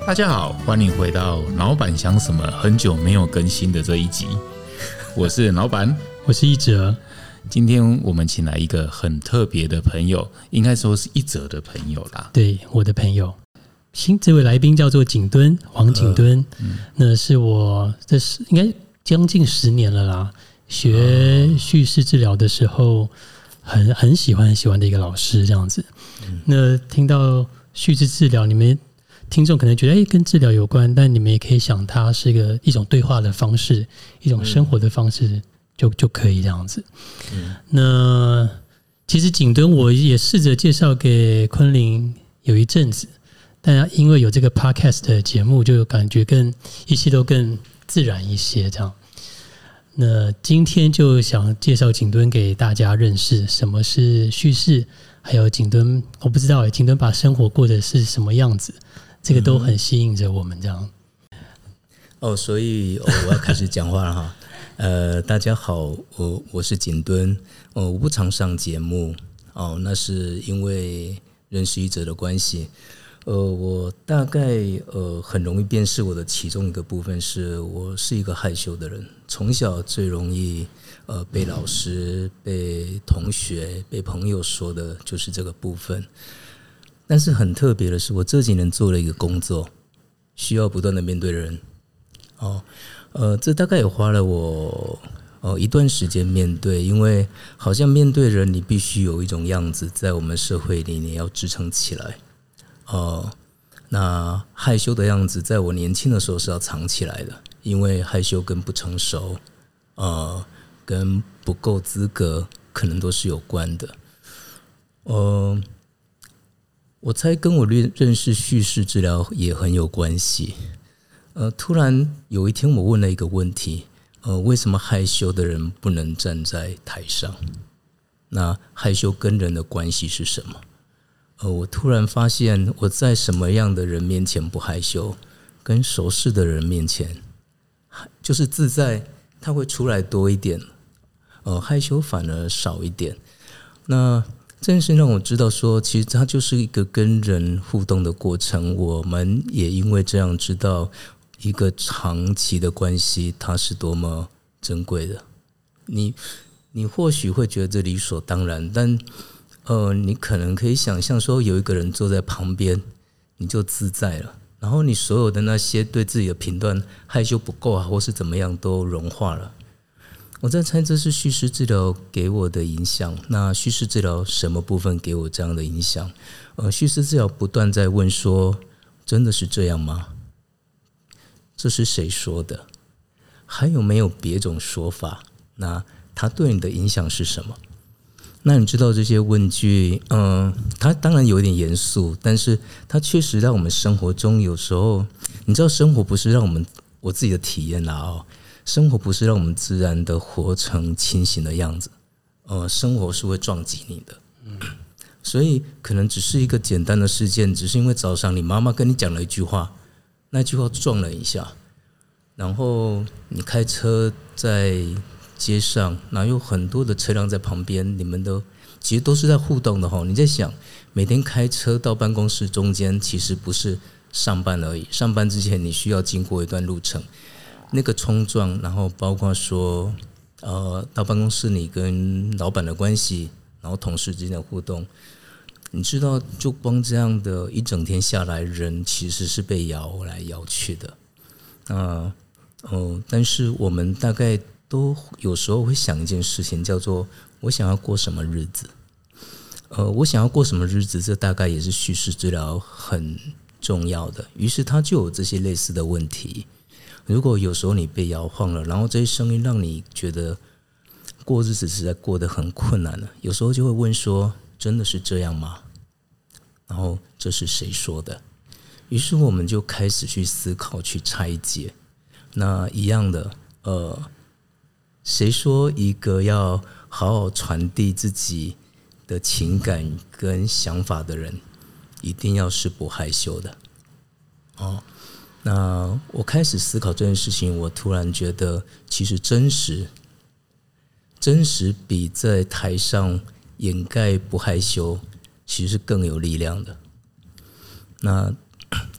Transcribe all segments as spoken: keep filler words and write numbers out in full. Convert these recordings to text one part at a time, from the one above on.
大家好，欢迎回到老板想什么很久没有更新的这一集，我是老板， 我是一哲。 今天我们请来一个很特别的朋友，应该说是一哲的朋友啦。 对，我的朋友，新这位来宾叫做景敦，黄景敦，呃嗯、那是我这是应该将近十年了啦。学叙事治疗的时候，很很喜欢很喜欢的一个老师，这样子。嗯、那听到叙事治疗，你们听众可能觉得，哎，跟治疗有关，但你们也可以想，它是一个一种对话的方式，一种生活的方式，就就可以这样子。嗯、那其实景敦我也试着介绍给昆凌有一阵子，但因为有这个 podcast 的节目，就感觉更一切都更自然一些这样。那今天就想介绍景敦给大家认识，什么是叙事，还有景敦，我不知道哎，景敦把生活过的是什么样子。这个都很吸引着我们，这样。 哦，所以、哦、我要开始讲话了哈。呃，大家好，我我是景敦。哦，我不常上节目哦，那是因为认识一哲的关系。呃，我大概呃很容易辨识我的其中一个部分是我是一个害羞的人，从小最容易呃被老师、被同学、被朋友说的就是这个部分。但是很特别的是，我这几年做了一个工作，需要不断的面对人。哦，呃，这大概也花了我呃一段时间面对，因为好像面对人，你必须有一种样子，在我们社会里你要支撑起来。哦、呃，那害羞的样子，在我年轻的时候是要藏起来的，因为害羞跟不成熟，呃，跟不够资格，可能都是有关的。呃。我猜跟我认识叙事治疗也很有关系。呃，突然有一天我问了一个问题，呃，为什么害羞的人不能站在台上？那害羞跟人的关系是什么？呃，我突然发现我在什么样的人面前不害羞，跟熟识的人面前，就是自在，它会出来多一点，呃，害羞反而少一点。那这件事让我知道说，其实它就是一个跟人互动的过程。我们也因为这样知道一个长期的关系它是多么珍贵的。你你或许会觉得这理所当然，但呃，你可能可以想象说，有一个人坐在旁边，你就自在了，然后你所有的那些对自己的评断，害羞不够啊，或是怎么样，都融化了。我在猜这是叙事治疗给我的影响。那叙事治疗什么部分给我这样的影响？呃，叙事治疗不断在问说，真的是这样吗？这是谁说的？还有没有别种说法？那它对你的影响是什么？那你知道这些问句，嗯、呃，它当然有点严肃，但是它确实在我们生活中有时候，你知道，生活不是让我们我自己的体验啦哦。生活不是让我们自然的活成清醒的样子，呃，生活是会撞击你的，嗯、所以可能只是一个简单的事件，只是因为早上你妈妈跟你讲了一句话，那句话撞了一下，然后你开车在街上，然后有很多的车辆在旁边，你们都其实都是在互动的哈。你在想，每天开车到办公室中间，其实不是上班而已，上班之前你需要经过一段路程。那个冲撞，然后包括说，呃，到办公室你跟老板的关系，然后同事之间的互动，你知道，就光这样的一整天下来，人其实是被摇来摇去的。那、呃，呃，但是我们大概都有时候会想一件事情，叫做我想要过什么日子。呃，我想要过什么日子，这大概也是叙事治疗很重要的。于是他就有这些类似的问题。如果有时候你被摇晃了，然后这些声音让你觉得过日子实在过得很困难了，有时候就会问说：真的是这样吗？然后这是谁说的？于是我们就开始去思考、去拆解。那一样的，呃，谁说一个要好好传递自己的情感跟想法的人，一定要是不害羞的？哦。那我开始思考这件事情，我突然觉得，其实真实，真实比在台上掩盖不害羞，其实是更有力量的。那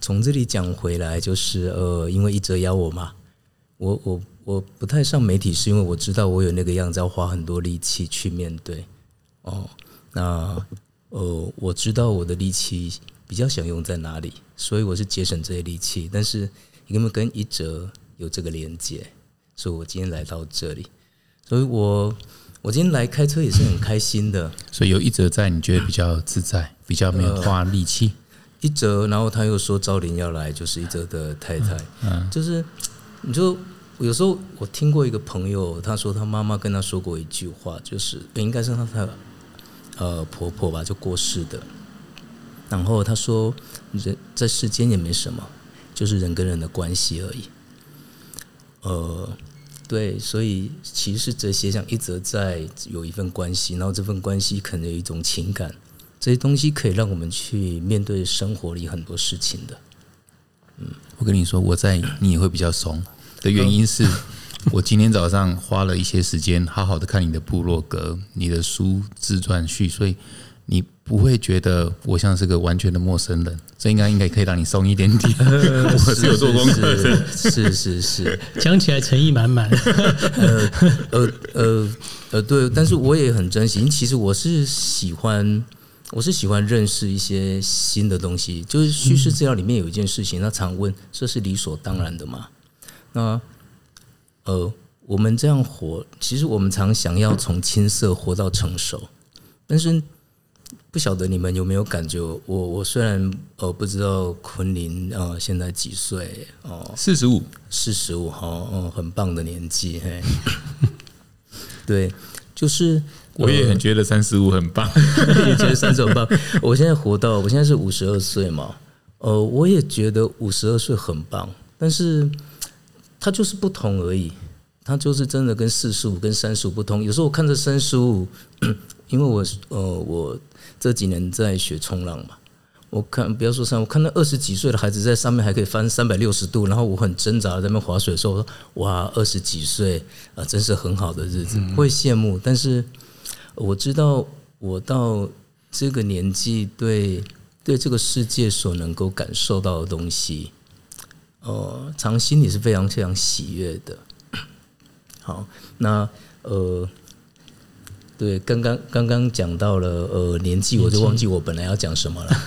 从这里讲回来，就是呃，因为一哲邀我嘛，我我我不太上媒体，是因为我知道我有那个样子，要花很多力气去面对。哦，那呃，我知道我的力气比较想用在哪里，所以我是节省这些力气。但是有没有跟一哲有这个连接？所以我今天来到这里，所以我我今天来开车也是很开心的。 所以有一哲在，你觉得比较自在，比较没有花力气。呃一哲，然后他又说昭玲要来，就是一哲的太太，嗯嗯、就是你就有时候我听过一个朋友，他说他妈妈跟他说过一句话，就是应该是他的呃婆婆吧，就过世的。然后他说，人在世间也没什么，就是人跟人的关系而已。呃，对，所以其实这些像一哲在有一份关系，然后这份关系可能有一种情感。这些东西可以让我们去面对生活里很多事情的。 嗯，我跟你说，我在你也会比较怂的原因是，我今天早上花了一些时间，好好的看你的部落格、你的书、自传序，所以你不会觉得我像是个完全的陌生人。这应该应该可以让你松一点点。呃、我是有做功课的， 是是是， 讲起来诚意满满。 呃呃呃呃，对，但是我也很珍惜。其实我是喜欢。我是喜欢认识一些新的东西，就是叙事治疗里面有一件事情，他常问这是理所当然的吗？那呃，我们这样活，其实我们常想要从青涩活到成熟，但是不晓得你们有没有感觉？我我虽然呃不知道昆凌呃现在几岁哦， 四十五， 四十五哈，哦，很棒的年纪，嘿，对，就是。 我也很觉得三十五很棒， 也觉得三十五很棒。我现在活到，我现在是五十二岁嘛，呃，我也觉得五十二岁很棒，但是它就是不同而已，它就是真的跟四十五跟三十五不同。有时候我看着三十五，因为我呃我这几年在学冲浪嘛，我看不要说三，我看到二十几岁的孩子在上面还可以翻三百六十度，然后我很挣扎在那边划水的时候，我说哇，二十几岁啊，真是很好的日子，会羡慕，但是。我知道，我到这个年纪对对这个世界所能够感受到的东西，呃，常心里是非常非常喜悦的。好，那呃，对，刚刚刚刚讲到了呃年纪，我就忘记我本来要讲什么了。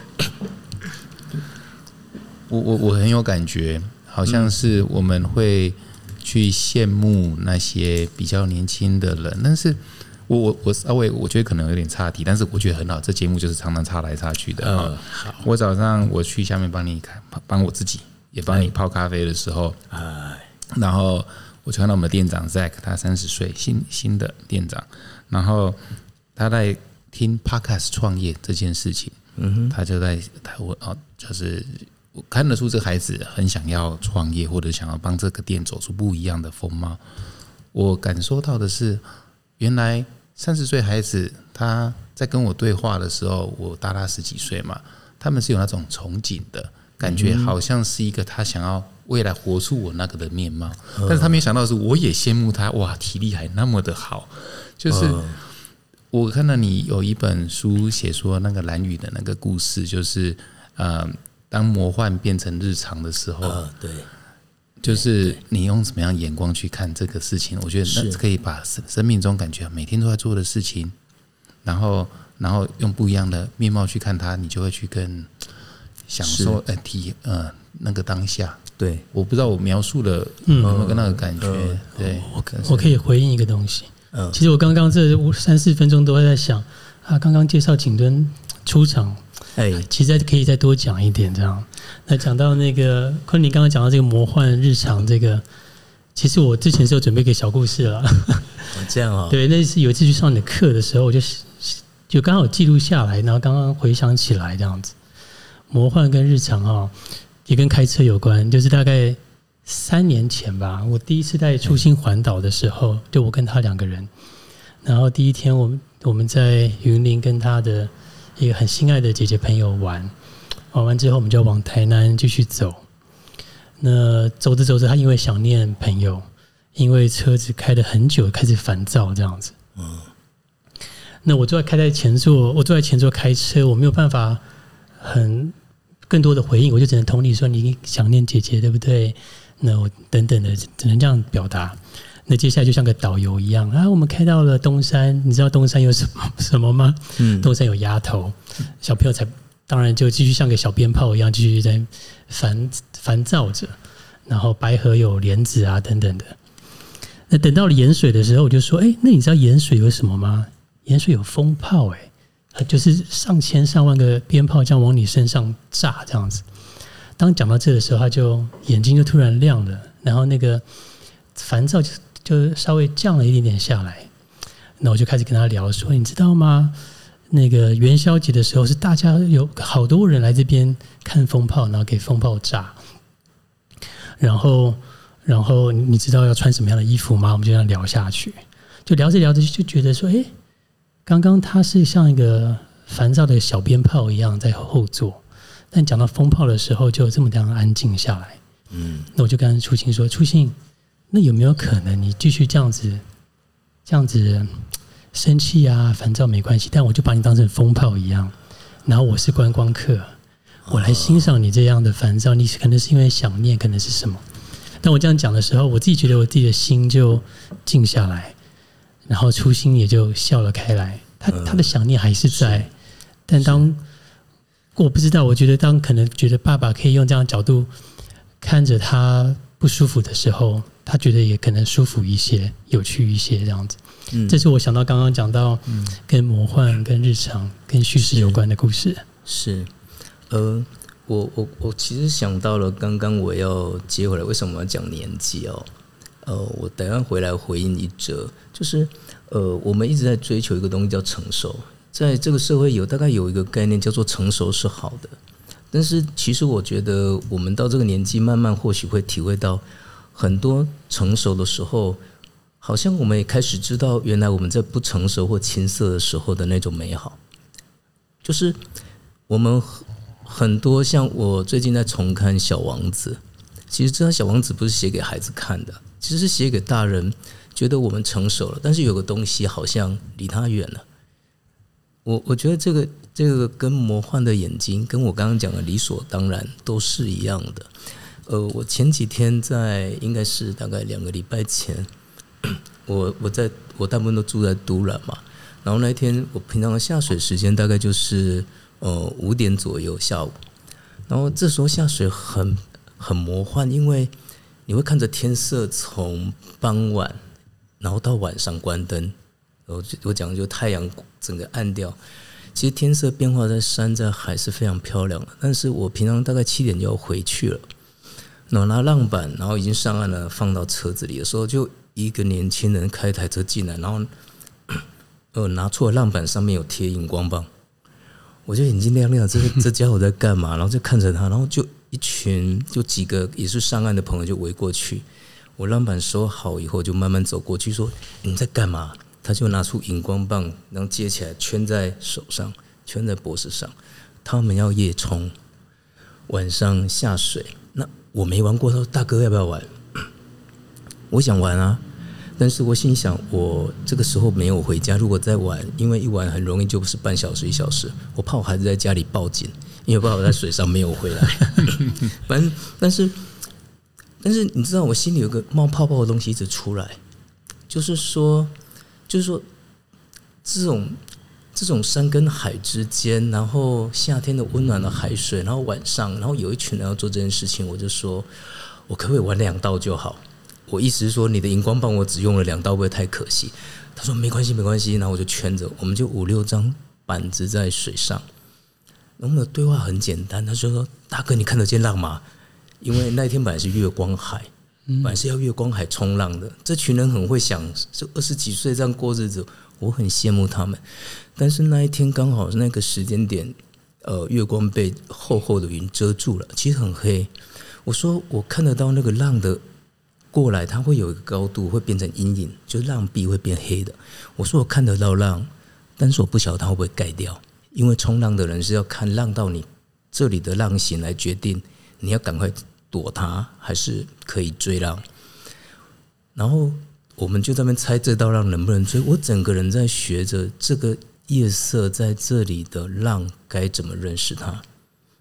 我我我很有感觉，好像是我们会去羡慕那些比较年轻的人，但是。我我我稍微我觉得可能有点岔题，但是我觉得很好。这节目就是常常岔来岔去的。嗯，好。我早上我去下面帮你看，帮我自己也帮你泡咖啡的时候，哎，然后我就看到我们的店长 Zack， 他三十岁，新新的店长，然后他在听 Podcast 创业这件事情，嗯哼，他就在他我哦，就是我看得出这个孩子很想要创业，或者想要帮这个店走出不一样的风貌。我感受到的是，原来。三十岁孩子，他在跟我对话的时候，我大他十几岁嘛，他们是有那种憧憬的感觉，好像是一个他想要未来活出我那个的面貌。但是他没想到的是，我也羡慕他，哇，体力还那么的好。就是我看到你有一本书写说那个蓝宇的那个故事，就是呃，当魔幻变成日常的时候， 对。 就是你用什么样眼光去看这个事情，我觉得那可以把生命中感觉每天都在做的事情，然后然后用不一样的面貌去看它，你就会去更享受呃体呃那个当下。对，我不知道我描述了有没有那个感觉。嗯、对， 我我可以回应一个东西。嗯，其实我刚刚这三四分钟都在想啊，刚刚介绍景敦出场。哎，其实可以再多讲一点，这样。那讲到那个昆凌刚刚讲到这个魔幻日常，这个其实我之前是有准备一个小故事了。 这样啊、哦？ 对，那是有一次去上你的课的时候，我就就刚好记录下来，然后刚刚回想起来这样子。魔幻跟日常啊、哦，也跟开车有关，就是大概三年前吧，我第一次带初心环岛的时候，就我跟他两个人，然后第一天我们我们在云林跟他的。一个很心爱的姐姐朋友玩，玩完之后我们就往台南继续走。那走着走着，他因为想念朋友，因为车子开了很久，开始烦躁这样子。嗯。那我坐在开在前座，我坐在前座开车，我没有办法很更多的回应，我就只能同理说你想念姐姐对不对？那我等等的只能这样表达。那接下来就像个导游一样啊，我们开到了东山，你知道东山有什么什么吗？嗯，东山有鸭头，小朋友才当然就继续像个小鞭炮一样继续在烦烦躁着。然后白河有莲子啊等等的。那等到了盐水的时候，我就说，哎，那你知道盐水有什么吗？盐水有风炮，哎，就是上千上万个鞭炮这样往你身上炸这样子。当讲到这的时候，他就眼睛就突然亮了，然后那个烦躁就就稍微降了一点点下来。那我就开始跟他聊说，你知道吗？那个元宵节的时候是大家有好多人来这边看风炮，然后给风炮炸。然后，然后你知道要穿什么样的衣服吗？我们就这样聊下去，就聊着聊着就觉得说，哎，刚刚他是像一个烦躁的小鞭炮一样在后座，但讲到风炮的时候就这么这样安静下来。嗯，那我就跟初信说，初信，那有没有可能你继续这样子，这样子生气啊、烦躁没关系，但我就把你当成风炮一样，然后我是观光客。我来欣赏你这样的烦躁，你可能是因为想念，可能是什么？当我这样讲的时候，我自己觉得我自己的心就静下来，然后初心也就笑了开来。他他的想念还是在，嗯、但当我不知道，我觉得当可能觉得爸爸可以用这样的角度看着他不舒服的时候，他觉得也可能舒服一些，有趣一些这样子。嗯、这是我想到刚刚讲到跟魔幻、跟日常、跟叙事有关的故事。 是。是呃，我我我其实想到了，刚刚我要接回来，为什么我要讲年纪哦？呃，我等一下回来回应一则，就是呃，我们一直在追求一个东西叫成熟，在这个社会有大概有一个概念叫做成熟是好的，但是其实我觉得我们到这个年纪，慢慢或许会体会到，很多成熟的时候，好像我们也开始知道，原来我们在不成熟或青涩的时候的那种美好，就是我们。很多像我最近在重看《小王子》，其实这《小王子》不是写给孩子看的，其实是写给大人，觉得我们成熟了，但是有个东西好像离他远了。我我觉得这个这个跟魔幻的眼睛，跟我刚刚讲的理所当然都是一样的。呃，我前几天在应该是大概两个礼拜前，我我在我大部分都住在都兰嘛，然后那一天我平常的下水时间大概就是。呃，五点左右下午，然后这时候下水很很魔幻，因为你会看着天色从傍晚，然后到晚上关灯，我我讲的就太阳整个暗掉，其实天色变化在山在海是非常漂亮的。但是我平常大概七点就要回去了，然后拿浪板，然后已经上岸了，放到车子里的时候，就一个年轻人开台车进来，然后呃拿出了浪板，上面有贴荧光棒。我就眼睛亮亮，这这家伙在干嘛？然后就看着他，然后就一群就几个也是上岸的朋友就围过去。我浪板收好以后，就慢慢走过去说：“你在干嘛？”他就拿出荧光棒，然后接起来圈在手上，圈在脖子上。他们要夜冲，晚上下水。那我没玩过，他说：“大哥要不要玩？”我想玩啊。但是我心想，我这个时候没有回家，如果再玩，因为一玩很容易就是半小时一小时，我怕我孩子在家里报警，因为我怕我在水上没有回来。反正，但是，但是你知道，我心里有个冒泡泡的东西一直出来，就是说，就是说，这种这种山跟海之间，然后夏天的温暖的海水，然后晚上，然后有一群人要做这件事情，我就说，我可不可以玩两道就好？我意思是说，你的荧光棒我只用了两刀，会不会太可惜？他说没关系，没关系。然后我就圈着，我们就五六张板子在水上。我们的对话很简单，他就说：“大哥，你看得见浪吗？”因为那一天本来是月光海，本来是要月光海冲浪的。这群人很会想，就二十几岁这样过日子，我很羡慕他们。但是那一天刚好是那个时间点，呃，月光被厚厚的云遮住了，其实很黑。我说我看得到那个浪的。过来，它会有一个高度，会变成阴影，就是浪壁会变黑的。我说我看得到浪，但是我不晓得它会不会盖掉，因为冲浪的人是要看浪到你这里的浪型来决定你要赶快躲它，还是可以追浪。然后我们就在那边猜这道浪能不能追。我整个人在学着这个夜色在这里的浪该怎么认识它。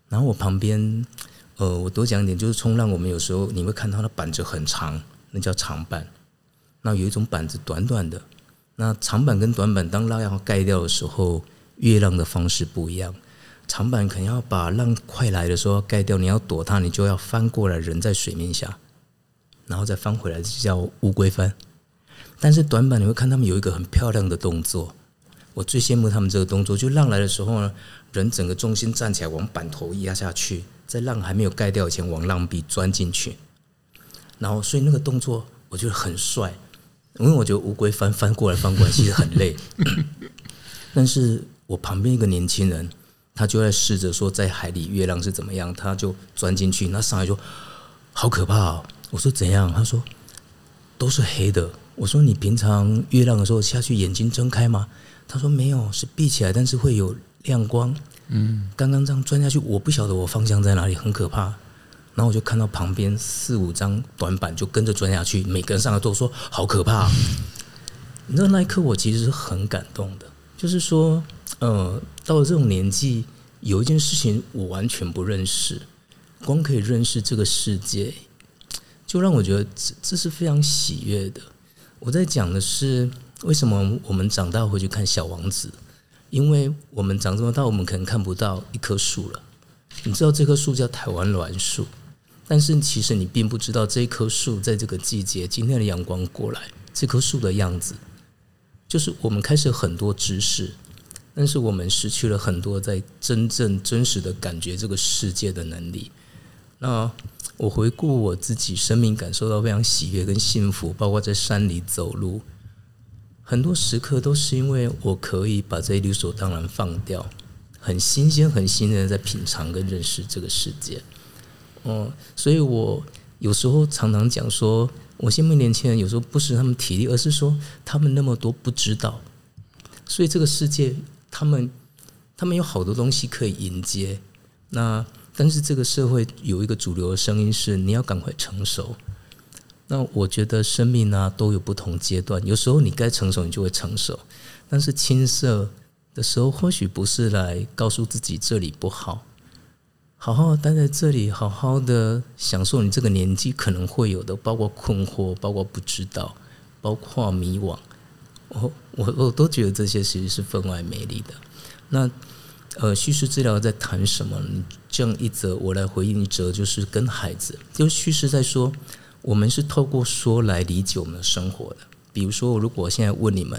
然后我旁边，呃，我多讲一点，就是冲浪，我们有时候你会看到它板子很长，那叫长板。那有一种板子短短的，那长板跟短板当浪要盖掉的时候，越浪的方式不一样。长板可能要把浪快来的时候要盖掉，你要躲它，你就要翻过来，人在水面下，然后再翻回来，就叫乌龟翻。但是短板你会看他们有一个很漂亮的动作，我最羡慕他们这个动作，就浪来的时候呢，人整个重心站起来往板头压下去，在浪还没有盖掉以前往浪壁钻进去，然后所以那个动作我觉得很帅，因为我觉得乌龟翻翻过来翻过来其实很累，但是我旁边一个年轻人，他就在试着说在海里越浪是怎么样，他就钻进去，那上来说好可怕哦，我说怎样？他说都是黑的。我说你平常越浪的时候下去眼睛睁开吗？他说没有，是闭起来，但是会有亮光。嗯，刚刚这样钻下去，我不晓得我方向在哪里，很可怕。然后我就看到旁边四五张短板就跟着钻下去，每个人上来都说好可怕。你知道那一刻我其实是很感动的，就是说，呃，到了这种年纪，有一件事情我完全不认识，光可以认识这个世界，就让我觉得这这是非常喜悦的。我在讲的是为什么我们长大会去看《小王子》，因为我们长这么大，我们可能看不到一棵树了。你知道这棵树叫台湾栾树，但是其实你并不知道这棵树在这个季节，今天的阳光过来，这棵树的样子，就是我们开始很多知识，但是我们失去了很多在真正真实的感觉这个世界的能力。那我回顾我自己生命，感受到非常喜悦跟幸福，包括在山里走路，很多时刻都是因为我可以把这些理所当然放掉，很新鲜很新鲜的在品尝跟认识这个世界。嗯，所以我有时候常常讲说，我羡慕年轻人，有时候不是他们体力，而是说他们那么多不知道，所以这个世界他们他们有好多东西可以迎接。那但是这个社会有一个主流的声音是你要赶快成熟。那我觉得生命啊都有不同阶段，有时候你该成熟你就会成熟，但是青涩的时候或许不是来告诉自己这里不好，好好待在这里，好好的享受你这个年纪可能会有的，包括困惑，包括不知道，包括迷惘，我我我都觉得这些其实是分外美丽的。那呃，叙事治疗在谈什么？这样一则，我来回应一则，就是跟孩子，就是叙事在说，我们是透过说来理解我们的生活的。比如说，如果我现在问你们，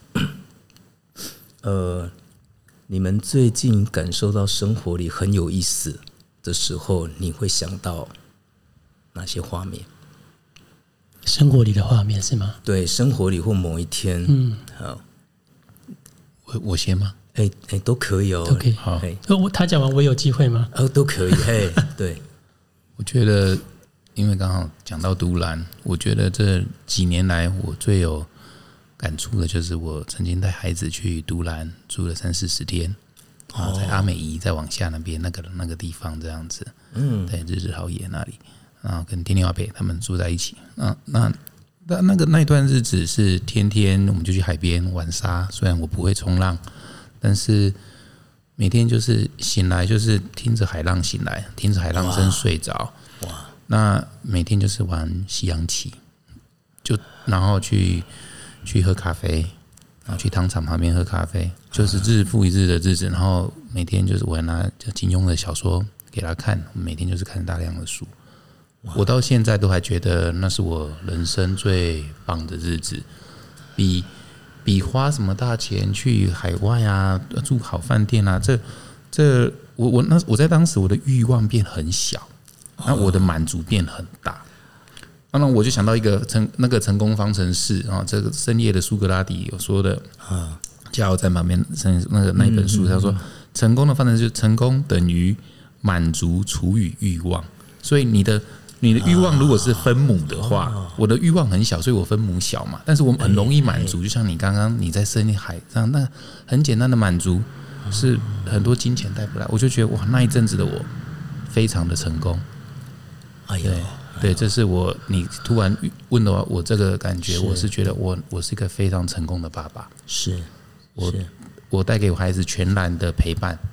呃，你们最近感受到生活里很有意思的时候，你会想到哪些画面？ 生活里的画面是吗？ 对，生活里或某一天，嗯，好， 我我先吗？ 哎、欸、哎、欸，都可以哦， 都可以。 好， 我他讲完，我有机会吗？ 哦，都可以。嘿，对， 我觉得，因为刚好讲到独兰，我觉得这几年来我最有感触的就是我曾经带孩子去独兰住了三四十天啊，在阿美宜再往下那边那个那个地方这样子，嗯，在日日好野那里，然后跟天天阿北他们住在一起，啊，那那那个那一段日子是天天我们就去海边玩沙，虽然我不会冲浪。但是每天就是醒来，就是听着海浪醒来，听着海浪声睡着。哇！那每天就是玩西洋棋，就然后去去喝咖啡，然后去汤厂旁边喝咖啡，就是日复一日的日子。然后每天就是我拿金庸的小说给他看，每天就是看大量的书。我到现在都还觉得那是我人生最棒的日子，比。比花什么大钱去海外啊，住好饭店啊，这这我我那我在当时我的欲望变很小，那我的满足变很大。那我就想到一个成那个成功方程式啊，这个深夜的苏格拉底有说的啊，加油在旁边那个那一本书，他说成功的方程式就是成功等于满足除以欲望，所以你的。你的欲望如果是分母的话，我的欲望很小，所以我分母小嘛。但是我很容易满足，就像你刚刚你在深海上那很简单的满足，是很多金钱带不来。我就觉得哇，那一阵子的我非常的成功。 哎呦， 对对，这是我你突然问的话，我这个感觉，我是觉得我我是一个非常成功的爸爸。 是， 我我带给我孩子全然的陪伴。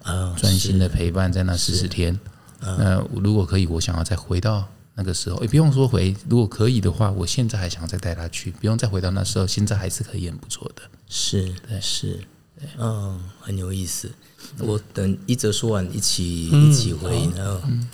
啊， 专心的陪伴在那四十天。那如果可以，我想要再回到那个时候，也不用说回，如果可以的话，我现在还想再带他去，不用再回到那时候，现在还是可以很不错的。 是，对，是，嗯，很有意思。我等一则说完，一起、嗯、一起回应。嗯，嗯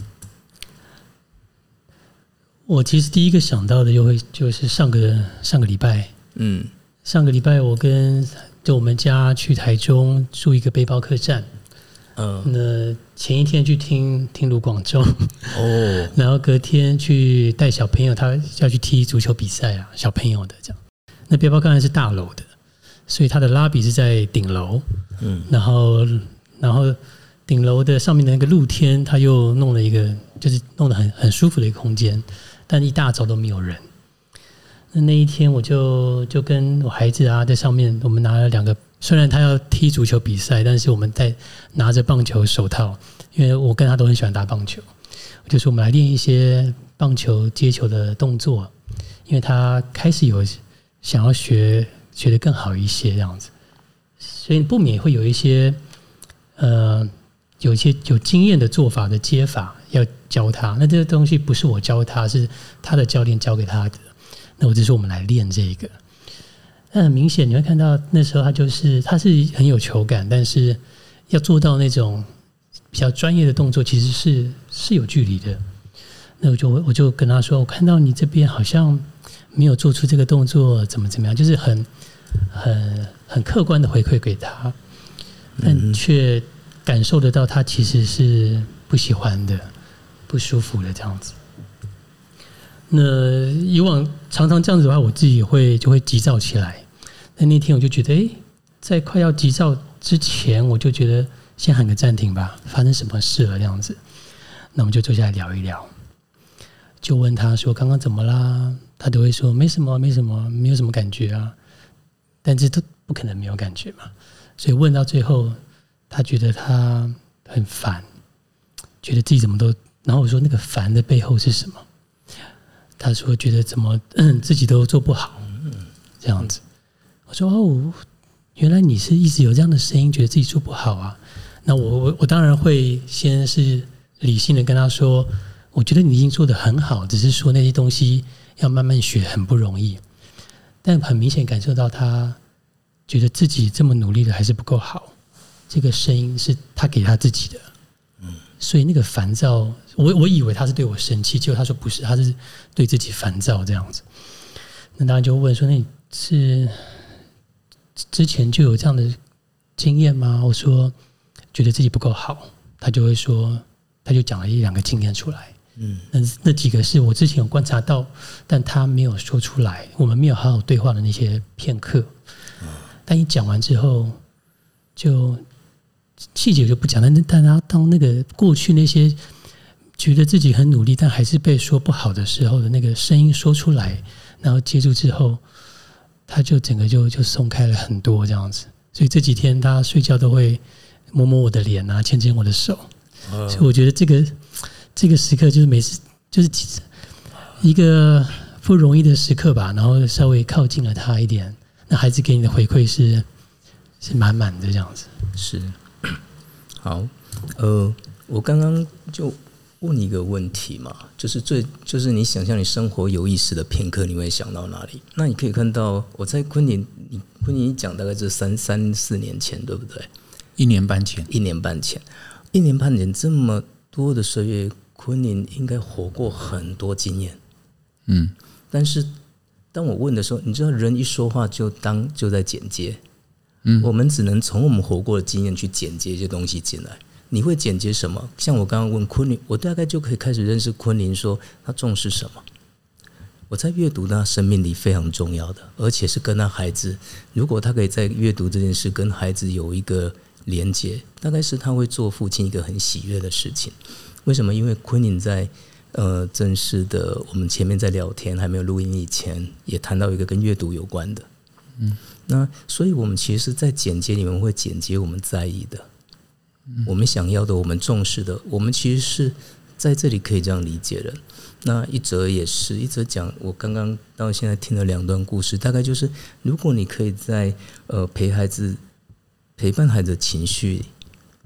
我其实第一个想到的就会就是上个上个礼拜，嗯，上个礼拜我跟就我们家去台中住一个背包客栈，嗯，那前一天去听听卢广仲，哦，然后隔天去带小朋友，他要去踢足球比赛啊，小朋友的这样。那背包客栈是大楼的，所以它的拉比是在顶楼，嗯，然后然后顶楼的上面的那个露天，他又弄了一个，就是弄得很很舒服的一个空间。但一大早都没有人。那那一天我就就跟我孩子啊在上面，我们拿了两个，虽然他要踢足球比赛，但是我们在拿着棒球手套，因为我跟他都很喜欢打棒球，我就说我们来练一些棒球接球的动作，因为他开始有想要学学得更好一些这样子，所以不免会有一些呃有一些有经验的做法的接法要教他，那这个东西不是我教他，是他的教练教给他的。那我就说我们来练这个。那很明显你会看到那时候他就是他是很有球感，但是要做到那种比较专业的动作，其实是是有距离的。那我就我就跟他说，我看到你这边好像没有做出这个动作，怎么怎么样，就是很很很客观的回馈给他，但却感受得到他其实是不喜欢的。不舒服的这样子。那以往常常这样子的话，我自己也会就会急躁起来。但那天我就觉得，哎，在快要急躁之前，我就觉得先喊个暂停吧，发生什么事了这样子。那我们就坐下来聊一聊，就问他说刚刚怎么啦？他都会说没什么，没什么，没有什么感觉啊。但这都不可能没有感觉嘛。所以问到最后，他觉得他很烦，觉得自己怎么都。然后我说那个烦的背后是什么？他说觉得怎么、嗯、自己都做不好，这样子。我说哦，原来你是一直有这样的声音，觉得自己做不好啊。那我我我当然会先是理性的跟他说，我觉得你已经做得很好，只是说那些东西要慢慢学，很不容易。但很明显感受到他觉得自己这么努力的还是不够好，这个声音是他给他自己的。所以那个烦躁，我我以为他是对我生气，结果他说不是，他是对自己烦躁这样子。那当然就问说，那你是之前就有这样的经验吗？我说觉得自己不够好，他就会说，他就讲了一两个经验出来。嗯，那那几个是我之前有观察到，但他没有说出来，我们没有好好对话的那些片刻。但一讲完之后，就。细节就不讲，但但他当那个过去那些觉得自己很努力，但还是被说不好的时候的那个声音说出来，然后接住之后，他就整个就就松开了很多这样子。所以这几天他睡觉都会摸摸我的脸啊，牵牵我的手。Uh. 所以我觉得这个这个时刻就是每次就是一个不容易的时刻吧，然后稍微靠近了他一点，那孩子给你的回馈是是满满的这样子。 是。好，呃，我刚刚就问你一个问题嘛，就是最就是你想象你生活有意识的片刻，你会想到哪里？那你可以看到，我在昆凌，你昆凌讲大概是三三四年前，对不对？ 一年半前， 一年半前，一年半前这么多的岁月，昆凌应该活过很多经验，嗯，但是当我问的时候，你知道，人一说话就当就在剪接。嗯，我们只能从我们活过的经验去剪接一些东西进来。你会剪接什么？像我刚刚问昆凌，我大概就可以开始认识昆凌，说他重视什么。我在阅读他生命里非常重要的，而且是跟他孩子，如果他可以在阅读这件事跟孩子有一个连结，大概是他会做父亲一个很喜悦的事情。为什么？因为昆凌在呃正式的我们前面在聊天还没有录音以前，也谈到一个跟阅读有关的，嗯。那所以我们其实在剪接里面会剪接我们在意的、嗯、我们想要的，我们重视的，我们其实是在这里可以这样理解的。那一则也是一则讲，我刚刚到现在听了两段故事，大概就是如果你可以在呃陪孩子陪伴孩子的情绪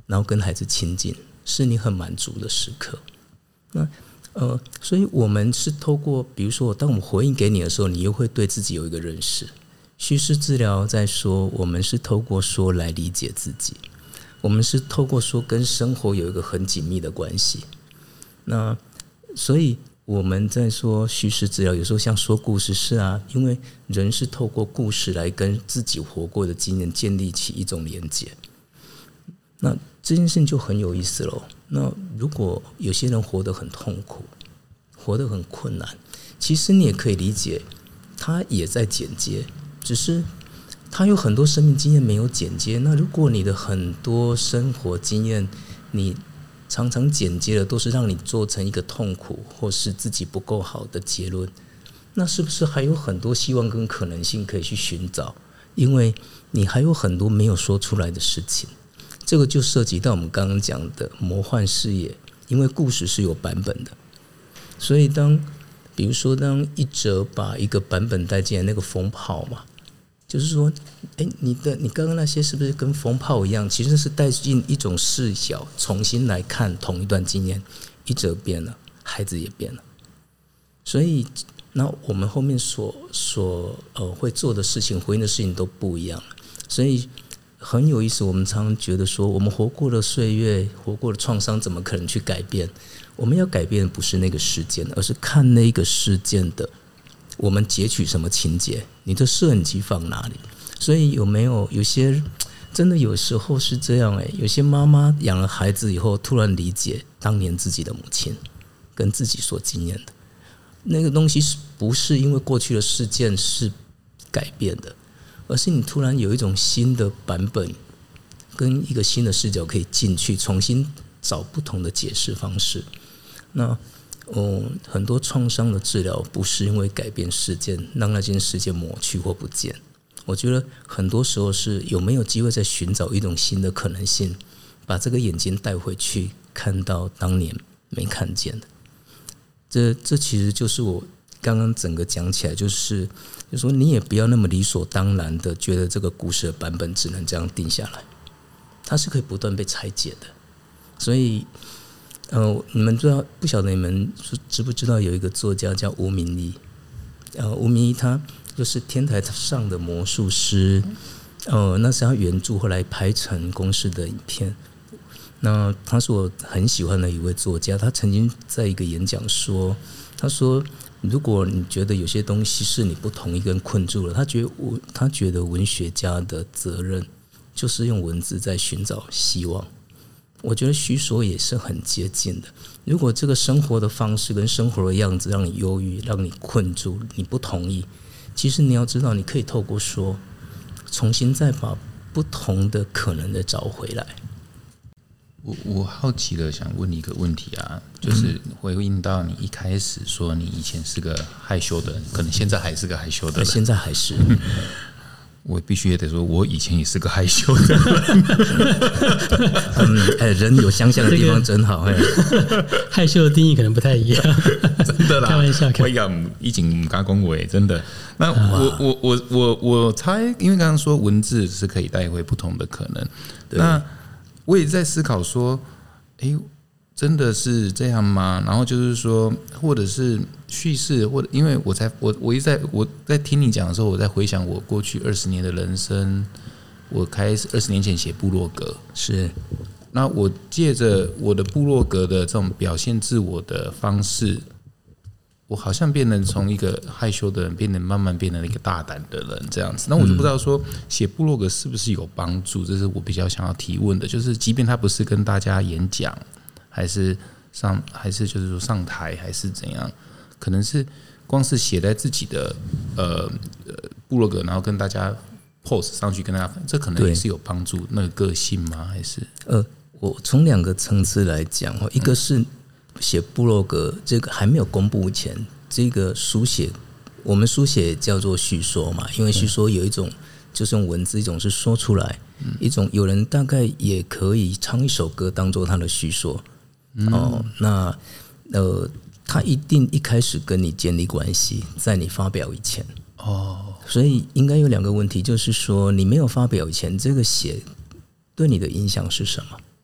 然后跟孩子亲近，是你很满足的时刻。那呃，所以我们是透过，比如说，当我们回应给你的时候，你又会对自己有一个认识。叙事治疗在说，我们是透过说来理解自己，我们是透过说跟生活有一个很紧密的关系。那所以我们在说叙事治疗，有时候像说故事，是啊，因为人是透过故事来跟自己活过的经验建立起一种连结。那这件事情就很有意思了。那如果有些人活得很痛苦，活得很困难，其实你也可以理解，他也在剪接，只是他有很多生命经验没有剪接。那如果你的很多生活经验，你常常剪接的都是让你做成一个痛苦或是自己不够好的结论，那是不是还有很多希望跟可能性可以去寻找？因为你还有很多没有说出来的事情。这个就涉及到我们刚刚讲的魔幻视野，因为故事是有版本的，所以当比如说当一哲把一个版本带进来，那个风炮嘛，就是说，哎，你的你刚刚那些是不是跟风炮一样？其实是带进一种视角，重新来看同一段经验，一哲变了，孩子也变了，所以那我们后面所所呃会做的事情，回应的事情都不一样，所以。很有意思，我们常常觉得说，我们活过的岁月，活过的创伤，怎么可能去改变？我们要改变的不是那个事件，而是看那个事件的，我们截取什么情节，你的摄影机放哪里？所以有没有有些真的有时候是这样哎、欸，有些妈妈养了孩子以后，突然理解当年自己的母亲跟自己所经验的那个东西，是不是因为过去的事件是改变的？而是你突然有一种新的版本跟一个新的视角可以进去，重新找不同的解释方式。那、哦、很多创伤的治疗不是因为改变事件，让那件事件抹去或不见。我觉得很多时候是有没有机会在寻找一种新的可能性，把这个眼睛带回去，看到当年没看见的。这这其实就是我刚刚整个讲起来，就是就说你也不要那么理所当然的觉得这个故事的版本只能这样定下来，它是可以不断被拆解的。所以，呃，你们知道不晓得你们知不知道有一个作家叫吴明益？呃，吴明益他就是天台上的魔术师，呃，那是他原著，后来拍成公视的影片。那他是我很喜欢的一位作家，他曾经在一个演讲说，他说。如果你觉得有些东西是你不同意跟困住了，他觉得他觉得文学家的责任就是用文字在寻找希望。我觉得虚说也是很接近的。如果这个生活的方式跟生活的样子让你忧郁，让你困住，你不同意，其实你要知道，你可以透过说，重新再把不同的可能的找回来。 我我好奇的想问你一个问题啊，就是回应到你一开始说你以前是个害羞的人，可能现在还是个害羞的人， 现在还是。 我必须也得说，我以前也是个害羞的人。 嗯，哎，人有相像的地方真好。哎、 這個，害羞的定义可能不太一样， 真的啦。 开玩笑， 我讲以前唔敢恭维，真的。那我我我我我猜，因为刚刚说文字是可以带回不同的可能，那。我也在思考说，哎，真的是这样吗？然后就是说，或者是叙事，或者因为我在我我一在我在听你讲的时候，我在回想我过去二十年的人生。我开始二十年前写部落格， 是那我借着我的部落格的这种表现自我的方式。我好像变成从一个害羞的人，变成慢慢变成一个大胆的人这样子。那我就不知道说写部落格是不是有帮助，这是我比较想要提问的。就是即便他不是跟大家演讲，还是上，还是就是说上台，还是怎样，可能是光是写在自己的呃部落格，然后跟大家 post 上去跟大家分享，这可能也是有帮助那个个性吗？还是呃，我从两个层次来讲，一个是。写部落格这个还没有公布前，这个书写我们书写叫做叙说嘛，因为叙说有一种就是用文字，一种是说出来，一种有人大概也可以唱一首歌当做他的叙说。哦，那呃，他一定一开始跟你建立关系，在你发表以前。哦，所以应该有两个问题，就是说你没有发表以前，这个写对你的影响是什么？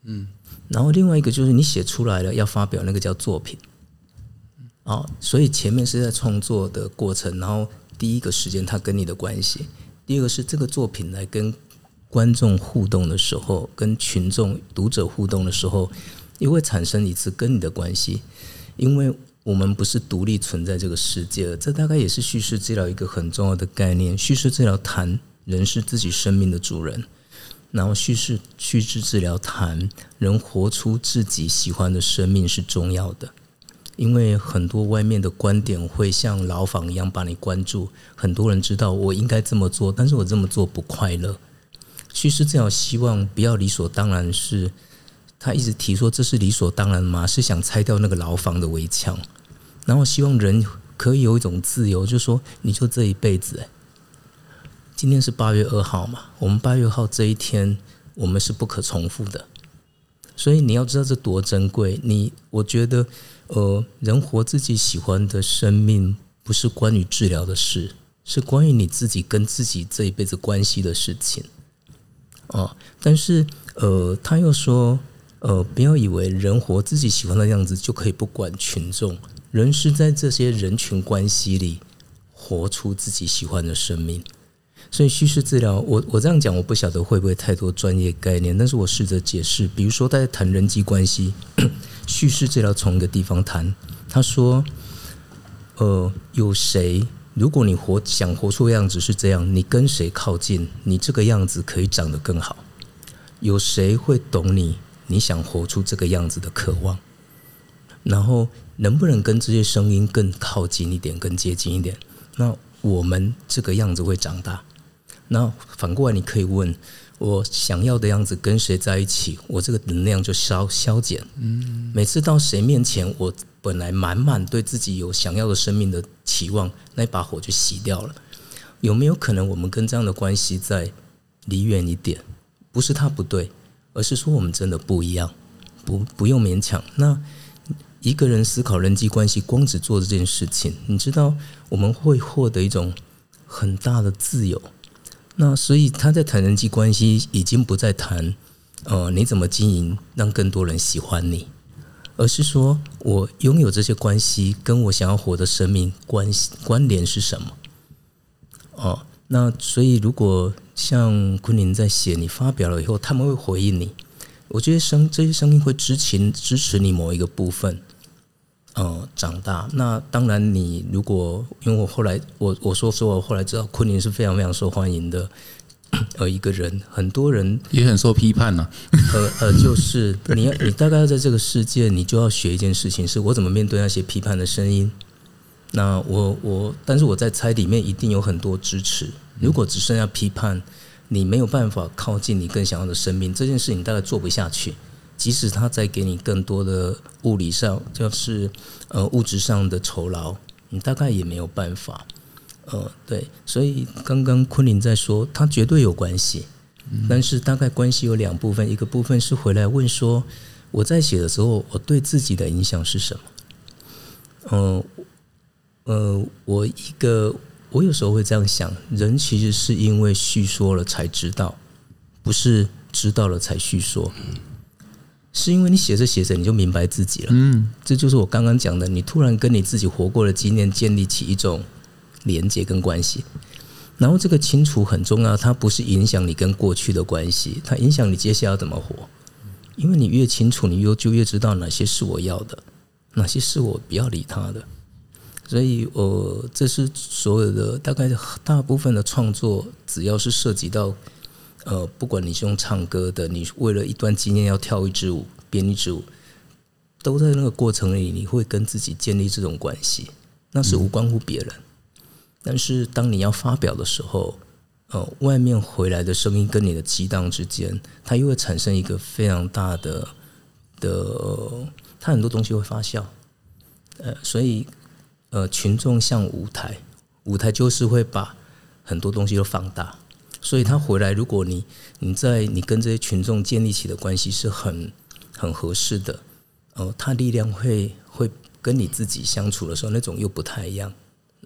嗯，然后另外一个就是你写出来了要发表，那个叫作品。哦，所以前面是在创作的过程，然后第一个时间它跟你的关系，第二个是这个作品来跟观众互动的时候，跟群众读者互动的时候，也会产生一次跟你的关系，因为我们不是独立存在这个世界的，这大概也是叙事治疗一个很重要的概念。叙事治疗谈人是自己生命的主人，然后叙事叙事治疗谈人活出自己喜欢的生命是重要的。因为很多外面的观点会像牢房一样把你关住，很多人知道我应该这么做，但是我这么做不快乐。叙事治疗希望不要理所当然，是他一直提说这是理所当然吗？是想拆掉那个牢房的围墙，然后希望人可以有一种自由，就是说你就这一辈子、欸、今天是八月二号嘛，我们八月二号这一天我们是不可重复的，所以你要知道这多珍贵。你我觉得呃，人活自己喜欢的生命不是关于治疗的事，是关于你自己跟自己这一辈子关系的事情。哦，但是呃，他又说呃，不要以为人活自己喜欢的样子就可以不管群众，人是在这些人群关系里活出自己喜欢的生命。所以叙事治疗，我我这样讲，我不晓得会不会太多专业概念，但是我试着解释。比如说，在谈人际关系，叙事治疗从一个地方谈，他说，呃，有谁？如果你活想活出的样子是这样，你跟谁靠近，你这个样子可以长得更好。有谁会懂你？你想活出这个样子的渴望，然后能不能跟这些声音更靠近一点，更接近一点？那我们这个样子会长大。那反过来，你可以问我想要的样子跟谁在一起，我这个能量就消消减。嗯，每次到谁面前，我本来满满对自己有想要的生命的期望，那把火就熄掉了。有没有可能我们跟这样的关系再离远一点？不是他不对，而是说我们真的不一样，不不用勉强。那一个人思考人际关系，光只做这件事情，你知道我们会获得一种很大的自由。那所以他在谈人际关系，已经不再谈呃你怎么经营让更多人喜欢你，而是说我拥有这些关系跟我想要活的生命关系关联是什么。哦，那所以如果像昆凌在写，你发表了以后，他们会回应你，我觉得声这些声音会支持支持你某一个部分。呃，长大。那当然，你如果因为我后来我我说说，我后来知道昆凌是非常非常受欢迎的呃一个人，很多人也很受批判啊。 呃呃，就是你要你大概要在这个世界，你就要学一件事情，是我怎么面对那些批判的声音。那我我，但是我在猜里面一定有很多支持。如果只剩下批判，你没有办法靠近你更想要的生命，这件事情大概做不下去。即使他再给你更多的物理上，就是呃物质上的酬劳，你大概也没有办法。呃，对，所以刚刚昆凌在说，他绝对有关系，但是大概关系有两部分，一个部分是回来问说，我在写的时候，我对自己的影响是什么？呃呃，我一个我有时候会这样想，人其实是因为叙说了才知道，不是知道了才叙说。是因为你写着写着你就明白自己了，嗯，这就是我刚刚讲的，你突然跟你自己活过的经验建立起一种连结跟关系，然后这个清楚很重要，它不是影响你跟过去的关系，它影响你接下来要怎么活，因为你越清楚，你就越知道哪些是我要的，哪些是我不要理他的，所以呃，这是所有的大概大部分的创作，只要是涉及到呃，不管你是用唱歌的，你为了一段经验要跳一支舞、编一支舞，都在那个过程里，你会跟自己建立这种关系，那是无关乎别人。但是当你要发表的时候，呃，外面回来的声音跟你的激荡之间，它又会产生一个非常大的的，它很多东西会发酵。呃，所以呃，群众像舞台，舞台就是会把很多东西都放大。所以他回来，如果你你在你跟这些群众建立起的关系是很很合适的，呃，他力量会会跟你自己相处的时候，那种又不太一样。嗯，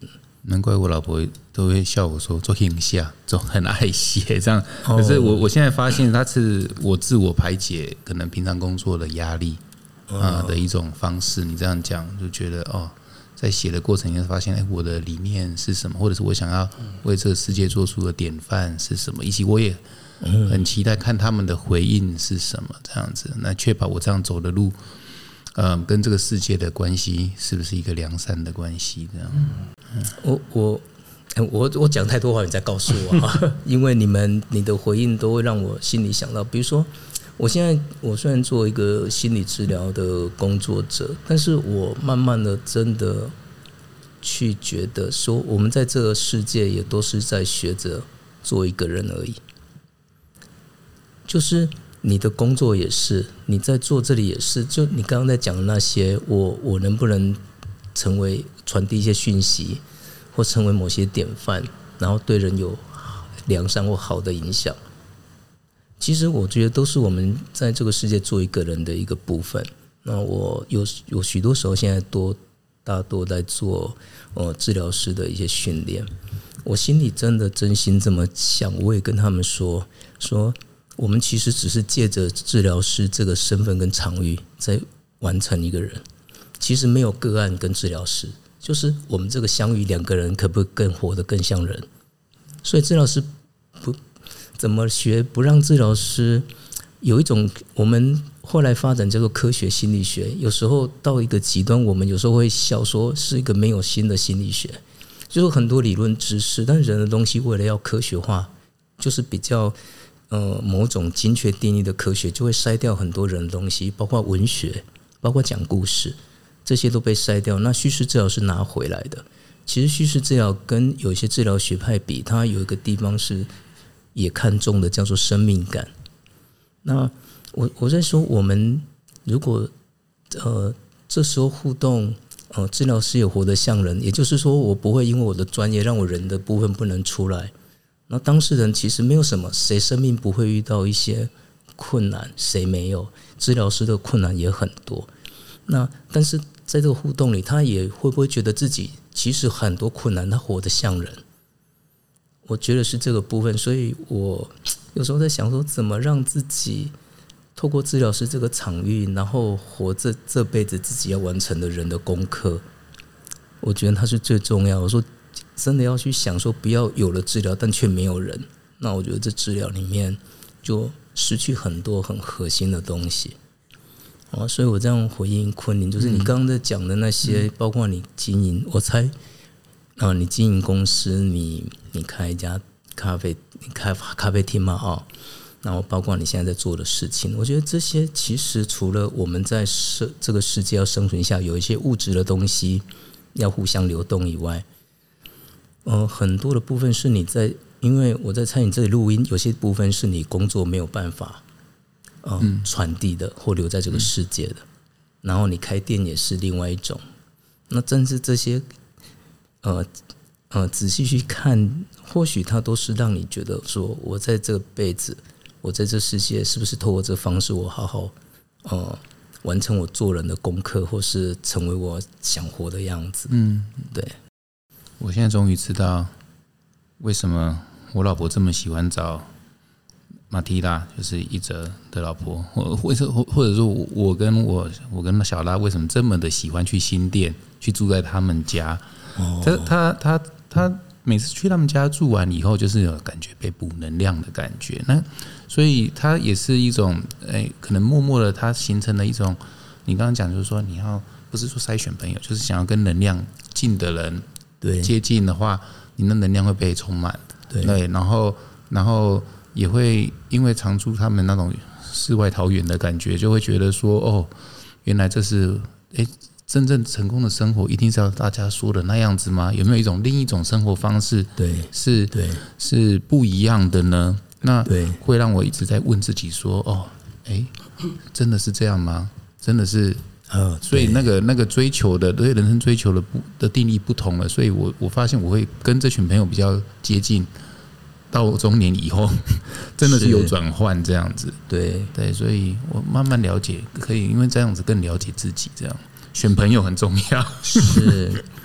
难怪我老婆都会笑我说做影下，总很爱写这样。可是我我现在发现，它是我自我排解可能平常工作的压力啊、呃、的一种方式。你这样讲就觉得哦，在写的过程你会发现，哎，我的理念是什么，或者是我想要为这个世界做出的典范是什么，以及我也很期待看他们的回应是什么，这样子，那确保我这样走的路。呃，跟这个世界的关系是不是一个良善的关系？这样，嗯、 我我我我讲太多话，你再告诉我啊，因为你们你的回应都会让我心里想到，比如说，我现在我虽然做一个心理治疗的工作者，但是我慢慢的真的去觉得说，我们在这个世界也都是在学着做一个人而已，就是。你的工作也是，你在做这里也是，就你刚刚在讲的那些，我我能不能成为传递一些讯息，或成为某些典范，然后对人有良善或好的影响？其实我觉得都是我们在这个世界做一个人的一个部分。那我有有许多时候现在多大多在做呃治疗师的一些训练，我心里真的真心这么想，我也跟他们说说。我们其实只是借着治疗师这个身份跟场域在完成一个人，其实没有个案跟治疗师，就是我们这个相遇两个人可不可以更活得更像人？所以治疗师不怎么学，不让治疗师有一种我们后来发展叫做科学心理学，有时候到一个极端，我们有时候会笑说是一个没有心的心理学，就是很多理论知识，但人的东西为了要科学化，就是比较。呃，某种精确定义的科学就会筛掉很多人的东西，包括文学，包括讲故事，这些都被筛掉。那叙事治疗是拿回来的。其实叙事治疗跟有一些治疗学派比，它有一个地方是也看重的，叫做生命感。那我我在说，我们如果呃这时候互动，呃，治疗师也活得像人，也就是说，我不会因为我的专业让我人的部分不能出来。那当事人其实没有什么，谁生命不会遇到一些困难，谁没有？治疗师的困难也很多。那但是在这个互动里，他也会不会觉得自己其实很多困难，他活得像人？我觉得是这个部分，所以我有时候在想说，怎么让自己透过治疗师这个场域，然后活这这辈子自己要完成的人的功课，我觉得它是最重要的。我说。真的要去想说，不要有了治疗，但却没有人。那我觉得这治疗里面就失去很多很核心的东西。哦，所以我这样回应昆凌，就是你刚刚在讲的那些，嗯、包括你经营，我猜啊，你经营公司，你你开一家咖啡，你开咖啡厅嘛啊、哦，然后包括你现在在做的事情，我觉得这些其实除了我们在这个世界要生存下有一些物质的东西要互相流动以外。呃，很多的部分是你在，因为我在餐饮这里录音，有些部分是你工作没有办法呃传递的，或留在这个世界的。然后你开店也是另外一种。那正是这些，呃呃，仔细去看，或许它都是让你觉得说，我在这辈子，我在这世界，是不是透过这方式，我好好呃完成我做人的功课，或是成为我想活的样子。嗯，对。 我现在终于知道为什么我老婆这么喜欢找马蒂拉，就是一哲的老婆，或者或者说我跟我我跟小拉为什么这么的喜欢去新店，去住在他们家。哦、他他他他每次去他们家住完以后，就是有感觉被补能量的感觉。那所以他也是一种，哎，可能默默的，他形成了一种，你刚刚讲就是说，你要不是说筛选朋友，就是想要跟能量近的人。对，接近的话，你的能量会被充满。对，对，然后，然后也会因为常住他们那种世外桃源的感觉，就会觉得说，哦，原来这是，哎，真正成功的生活一定是要大家说的那样子吗？有没有一种另一种生活方式？对，是，对，是不一样的呢？那对，会让我一直在问自己说，哦，哎，真的是这样吗？真的是？呃，所以那个那个追求的对人生追求的不的定义不同了，所以我我发现我会跟这群朋友比较接近，到中年以后真的是有转换这样子，对对，所以我慢慢了解，可以因为这样子更了解自己，这样选朋友很重要。 是，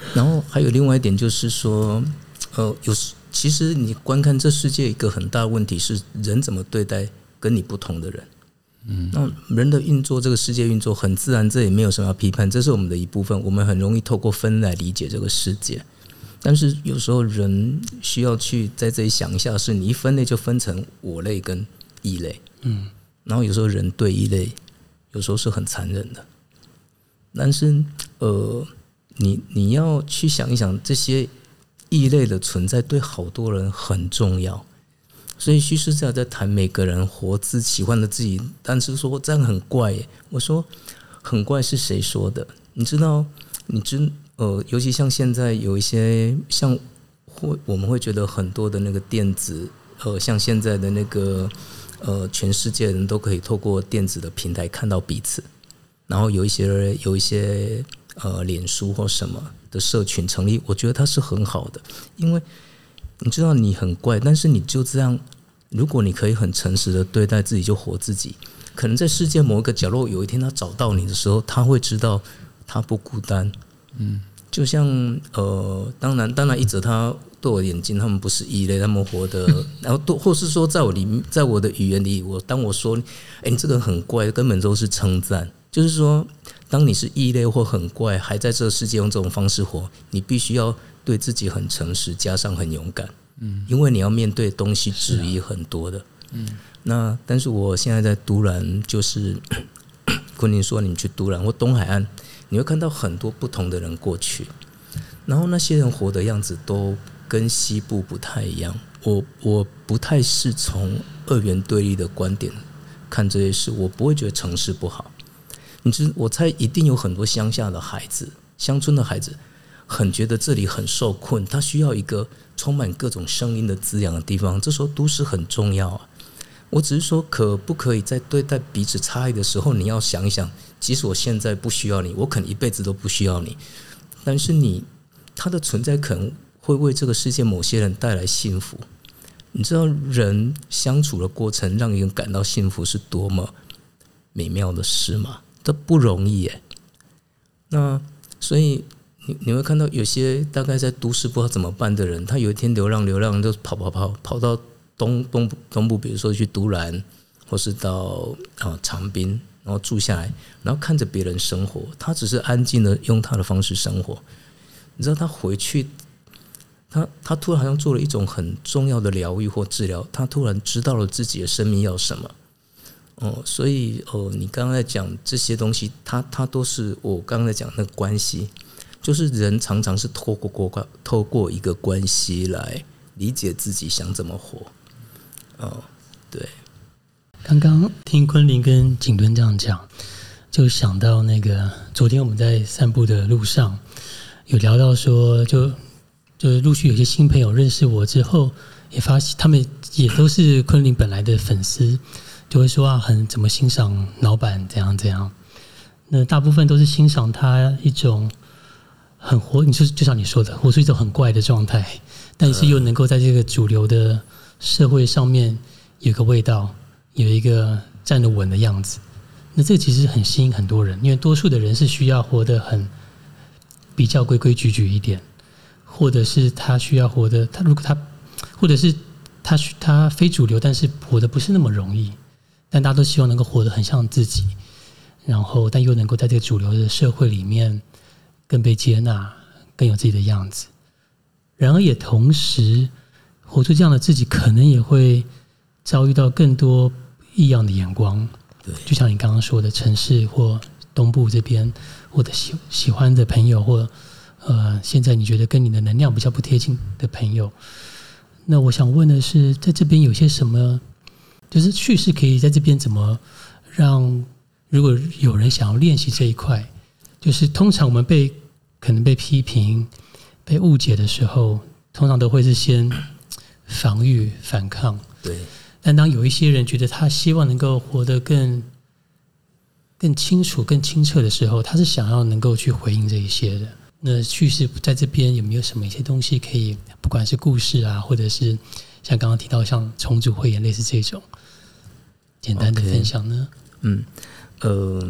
然后还有另外一点就是说，呃，有其实你观看这世界一个很大的问题是人怎么对待跟你不同的人。嗯，那人的运作，这个世界运作很自然，这也没有什么要批判，这是我们的一部分。我们很容易透过分来理解这个世界，但是有时候人需要去在这里想一下，是你一分类就分成我类跟异类。嗯，然后有时候人对异类，有时候是很残忍的。但是，呃，你你要去想一想，这些异类的存在对好多人很重要。所以叙事治疗在谈每个人活自喜欢的自己，但是说这样很怪耶。我说很怪是谁说的？你知道，你知呃，尤其像现在有一些像会我们会觉得很多的那个电子，呃，像现在的那个呃，全世界人都可以透过电子的平台看到彼此，然后有一些有一些呃，脸书或什么的社群成立，我觉得它是很好的，因为。你知道你很怪，但是你就这样，如果你可以很诚实的对待自己，就活自己。可能在世界某一个角落，有一天他找到你的时候，他会知道他不孤单。嗯，就像呃，当然，当然，一者他对我眼睛，他们不是异类，他们活的，然后或是说，在我里，在我的语言里，我当我说，哎，你这个人很怪，根本都是称赞。就是说，当你是异类或很怪，还在这个世界用这种方式活，你必须要对自己很诚实，加上很勇敢。嗯，因为你要面对东西质疑很多的。嗯，那但是我现在在都兰，就是昆凌说你去都兰或东海岸，你会看到很多不同的人过去，然后那些人活的样子都跟西部不太一样。我我不太是从二元对立的观点看这些事，我不会觉得城市不好。你知我猜一定有很多乡下的孩子，乡村的孩子，很觉得这里很受困，他需要一个充满各种声音的滋养的地方。这时候都市很重要啊。我只是说，可不可以在对待彼此差异的时候，你要想一想，即使我现在不需要你，我可能一辈子都不需要你，但是你他的存在可能会为这个世界某些人带来幸福。你知道，人相处的过程让人感到幸福是多么美妙的事吗？这不容易耶。那所以你你会看到有些大概在都市不知道怎么办的人，他有一天流浪流浪就跑跑跑跑到东东部东部，比如说去都兰，或是到啊长滨，然后住下来，然后看着别人生活，他只是安静的用他的方式生活。你知道他回去，他他突然好像做了一种很重要的疗愈或治疗，他突然知道了自己的生命要什么。哦，所以哦，你刚刚在讲这些东西，它它都是我刚刚在讲那个关系，就是人常常是透过过透过一个关系来理解自己想怎么活。哦，对。 刚刚听昆凌跟景敦这样讲，就想到那个昨天我们在散步的路上有聊到说，就就陆续有些新朋友认识我之后，也发现他们也都是昆凌本来的粉丝。就会说啊，很怎么欣赏老板怎样怎样。那大部分都是欣赏他一种很活，你就就像你说的，活出一种很怪的状态，但是又能够在这个主流的社会上面有个味道，有一个站得稳的样子。那这其实很吸引很多人，因为多数的人是需要活得很比较规规矩矩一点，或者是他需要活得，他如果他，或者是他他非主流，但是活得不是那么容易。但大家都希望能够活得很像自己，然后但又能够在这个主流的社会里面更被接纳，更有自己的样子。然而也同时活出这样的自己，可能也会遭遇到更多异样的眼光。 对， 就像你刚刚说的，城市或东部这边，或者喜喜欢的朋友，或呃，现在你觉得跟你的能量比较不贴近的朋友，那我想问的是，在这边有些什么？就是叙事可以在这边怎么让，如果有人想要练习这一块，就是通常我们被可能被批评、被误解的时候，通常都会是先防御、反抗。 对。 但当有一些人觉得他希望能够活得更更清楚、更清澈的时候，他是想要能够去回应这一些的。那叙事在这边有没有什么一些东西可以，不管是故事啊，或者是像刚刚提到像重组会演类似这种简单的分享呢？ Okay. 嗯，呃，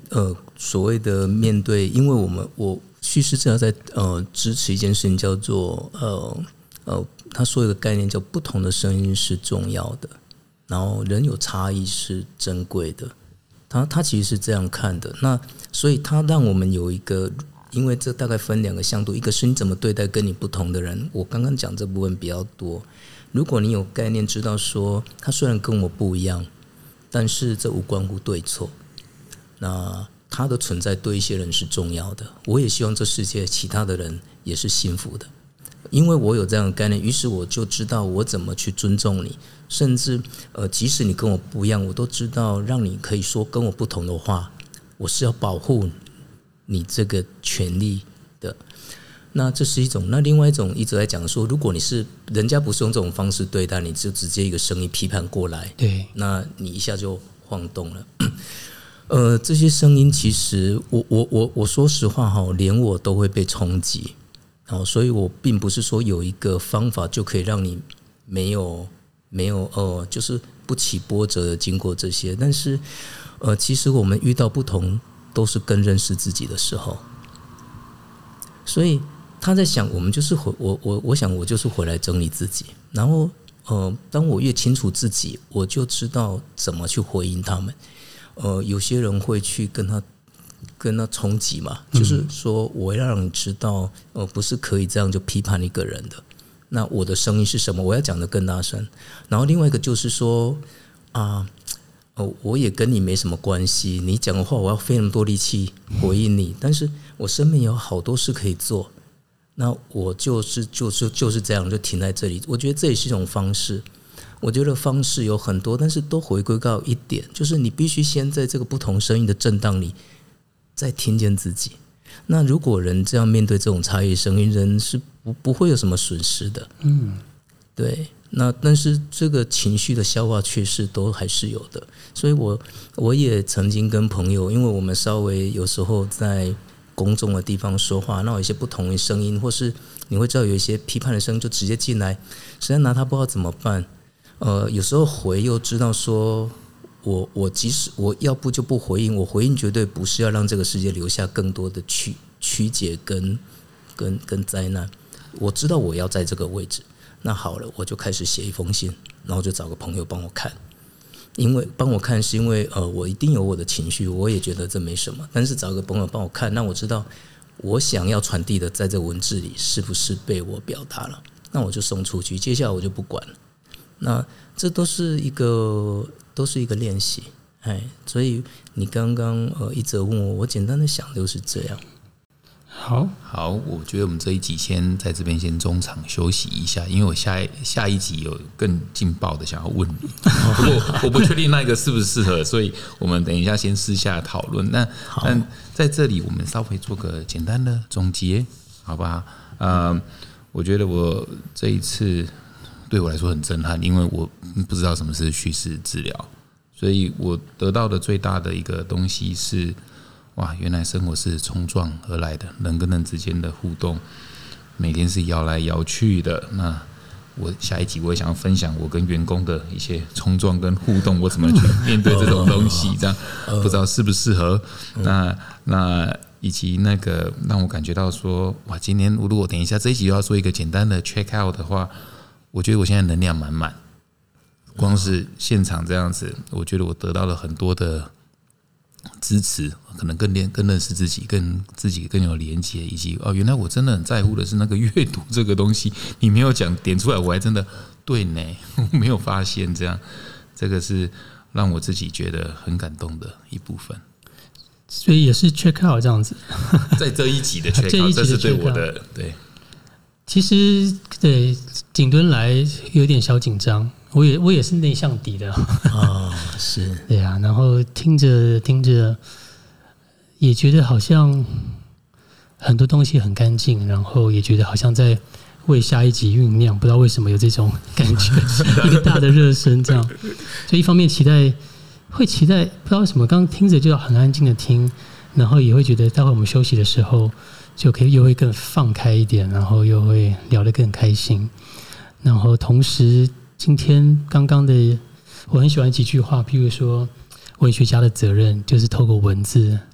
呃所谓的面对，因为我们我叙事治疗在呃支持一件事情叫做呃呃，他说一个概念叫不同的声音是重要的，然后人有差异是珍贵的。他他其实是这样看的。那所以他让我们有一个，因为这大概分两个向度，一个是你怎么对待跟你不同的人。我刚刚讲这部分比较多。如果你有概念知道说，他虽然跟我不一样，但是这无关乎对错。那他的存在对一些人是重要的。我也希望这世界其他的人也是幸福的。因为我有这样的概念，于是我就知道我怎么去尊重你，甚至呃，即使你跟我不一样，我都知道让你可以说跟我不同的话，我是要保护你这个权利的。那这是一种，那另外一种一直在讲说，如果你是人家不是用这种方式对待你，就直接一个声音批判过来， 对， 那你一下就晃动了。呃，这些声音其实我我我我说实话哈，连我都会被冲击。哦，所以我并不是说有一个方法就可以让你没有没有呃，就是不起波折的经过这些。但是呃，其实我们遇到不同，都是更认识自己的时候。所以他在想，我们就是回我我我想我就是回来整理自己。然后呃，当我越清楚自己，我就知道怎么去回应他们。呃，有些人会去跟他。跟他冲击嘛，就是说我要让你知道，呃，不是可以这样就批判一个人的。那我的声音是什么？我要讲得更大声。然后另外一个就是说啊，哦，我也跟你没什么关系，你讲的话我要费那么多力气回应你，但是我身边有好多事可以做，那我就是就是就是这样就停在这里。我觉得这也是一种方式。我觉得方式有很多，但是都回归到一点，就是你必须先在这个不同声音的震荡里。再听见自己。那如果人这样面对这种差异声音，人是不不会有什么损失的。嗯，对。那但是这个情绪的消化确实都还是有的。所以我我也曾经跟朋友，因为我们稍微有时候在公众的地方说话，那有一些不同的声音，或是你会知道有一些批判的声音就直接进来，实在拿他不知道怎么办。呃，有时候回又知道说。我我即使我要不就不回应，我回应绝对不是要让这个世界留下更多的曲曲解跟跟跟灾难。我知道我要在这个位置，那好了，我就开始写一封信，然后就找个朋友帮我看，因为帮我看是因为呃我一定有我的情绪，我也觉得这没什么，但是找个朋友帮我看，那我知道我想要传递的在这文字里是不是被我表达了，那我就送出去，接下来我就不管了。那这都是一个。都是一个练习，哎，所以你刚刚呃一直问我，我简单的想就是这样。 好， 好，我觉得我们这一集先在这边先中场休息一下，因为我下一下一集有更劲爆的想要问你，不过我不确定那个适不适合，所以我们等一下先私下讨论。那但在这里我们稍微做个简单的总结，好不好？呃，我觉得我这一次。对我来说很震撼，因为我不知道什么是叙事治疗，所以我得到的最大的一个东西是，哇，原来生活是冲撞而来的，人跟人之间的互动，每天是摇来摇去的。那我下一集我也想要分享我跟员工的一些冲撞跟互动，我怎么去面对这种东西，这样不知道适不适合。那那以及那个让我感觉到说，哇，今天如果等一下这一集要做一个简单的 check out 的话。我觉得我现在能量满满，光是现场这样子，我觉得我得到了很多的支持，可能更连更认识自己，跟自己更有连结，以及哦，原来我真的很在乎的是那个阅读这个东西，你没有讲点出来，我还真的对呢，我没有发现这样，这个是让我自己觉得很感动的一部分。 所以也是 check out 这样子， 在这一集的 check out， 这是对我的对。 其实对景敦来有点小紧张，我也我也是内向底的哦，是对啊，然后听着听着也觉得好像很多东西很干净，然后也觉得好像在为下一集酝酿，不知道为什么有这种感觉，一个大的热身这样，就一方面期待会期待不知道为什么，刚刚听着就很安静的听，然后也会觉得待会我们休息的时候。就可以又会更放开一点，然后又会聊得更开心。然后同时，今天刚刚的我很喜欢几句话，譬如说，文学家的责任就是透过文字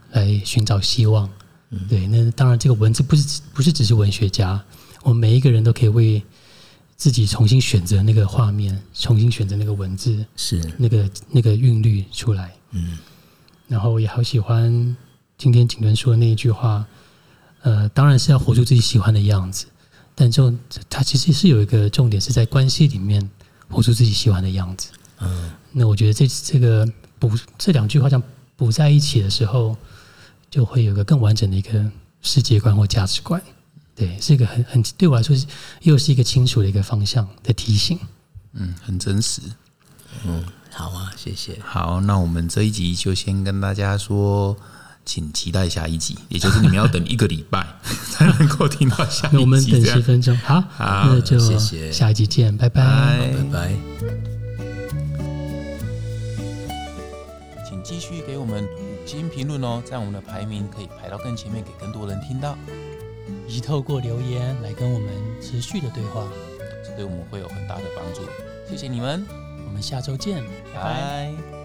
来寻找希望。对，那当然这个文字不是不是只是文学家，我们每一个人都可以为自己重新选择那个画面，重新选择那个文字， 是那个那个韵律出来。嗯，然后也好喜欢今天景敦说的那一句话，呃，当然是要活出自己喜欢的样子，但就它其实是有一个重点，是在关系里面活出自己喜欢的样子。嗯，那我觉得这这个补这两句话这样补在一起的时候，就会有一个更完整的一个世界观或价值观。对，是一个很很对我来说又是一个清楚的一个方向的提醒。 嗯，很真实。 嗯，好啊，谢谢。 好，那我们这一集就先跟大家说，请期待下一集，也就是你们要等一个礼拜才能够听到下一集。 那我们等十分钟，好， 好， 那就谢谢， 下一集见，拜拜， 拜拜。 请继续给我们五星评论哦，这样我们的排名可以排到更前面，给更多人听到。 以及透过留言来跟我们持续的对话， 这对我们会有很大的帮助。谢谢你们， 我们下周见，拜拜。 拜。